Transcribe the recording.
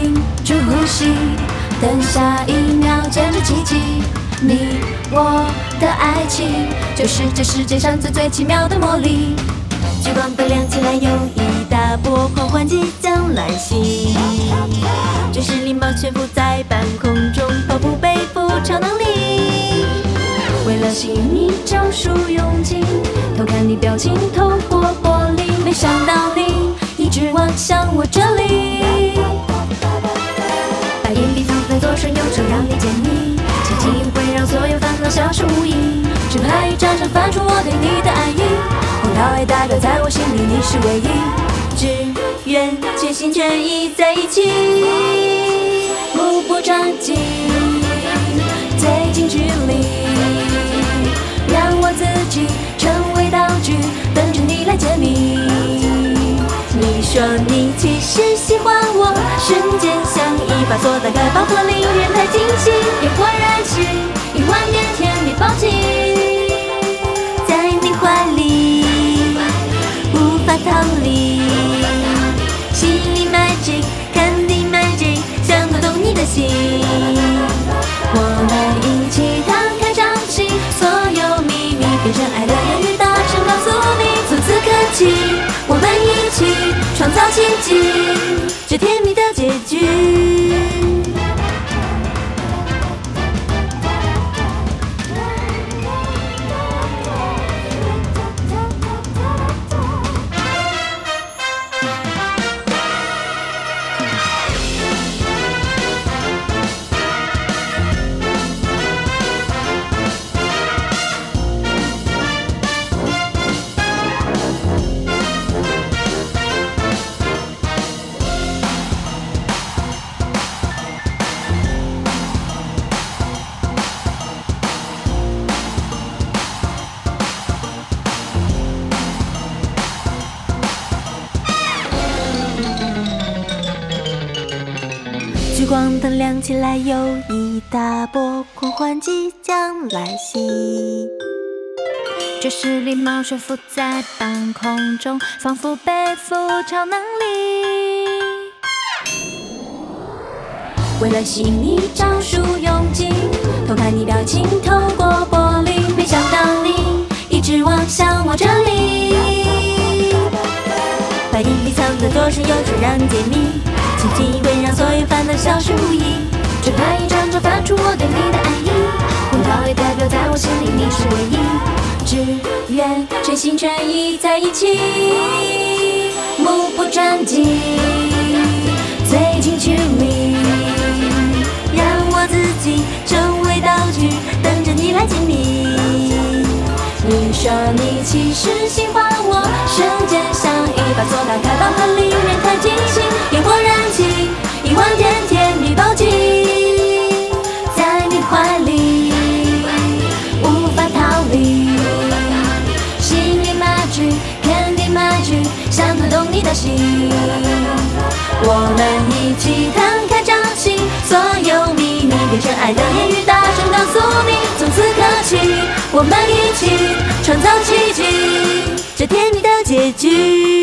屏住呼吸，等下一秒简直奇迹。你我的爱情，就是这世界上最奇妙的魔力。聚光灯亮起来，有一大波狂欢即将来袭。这是礼貌悬浮在半空中，仿佛背负超能力。为了吸引你找出勇气，偷看你表情透过玻璃，没想到你一直望向我这里。把眼皮藏在左手右手，让你解谜，奇迹会让所有烦恼消失无影。只怕一张张翻出我对你的爱意，红桃也代表在我心里你是唯一。只愿全心全意在一起，目不转睛，最近距离，让我自己成为道具，等着你来解谜。你说你其实喜欢我，瞬间像一把锁打开宝盒，令人太惊喜。烟火燃起1万点甜蜜暴击，在你怀里无法逃离。吸引力 magic， candy magic， 想读懂你的心。我们一起摊开掌心，所有秘密变成爱的言语，大声告诉你。从此刻起，我们一起创造奇迹，这甜蜜的结局。聚光灯亮起来，有一大波狂欢即将来袭。这是礼貌悬浮在半空中，仿佛背负超能力。为了吸引你找出勇气，偷看你表情透过玻璃，没想到你一直望向我这里。把眼皮藏在左手右手，让你解谜，奇迹会让所有烦恼消失无影。只怕一张张翻出我对你的爱意，红桃也代表在我心里你是唯一。只愿全心全意在一起，目不转睛，最近距离，让我自己成为道具，等着你来解谜。你说你其实喜欢我，瞬间像一把锁打开宝盒，令人太惊喜。烟火燃起1万点甜蜜暴击，在你怀里无法逃离。吸引力 magic， candy magic， 想读懂你的心。我们一起摊开掌心，所有秘密变成爱的言语，大声告诉你。从此刻起，我们一起创造奇迹，这甜蜜的结局。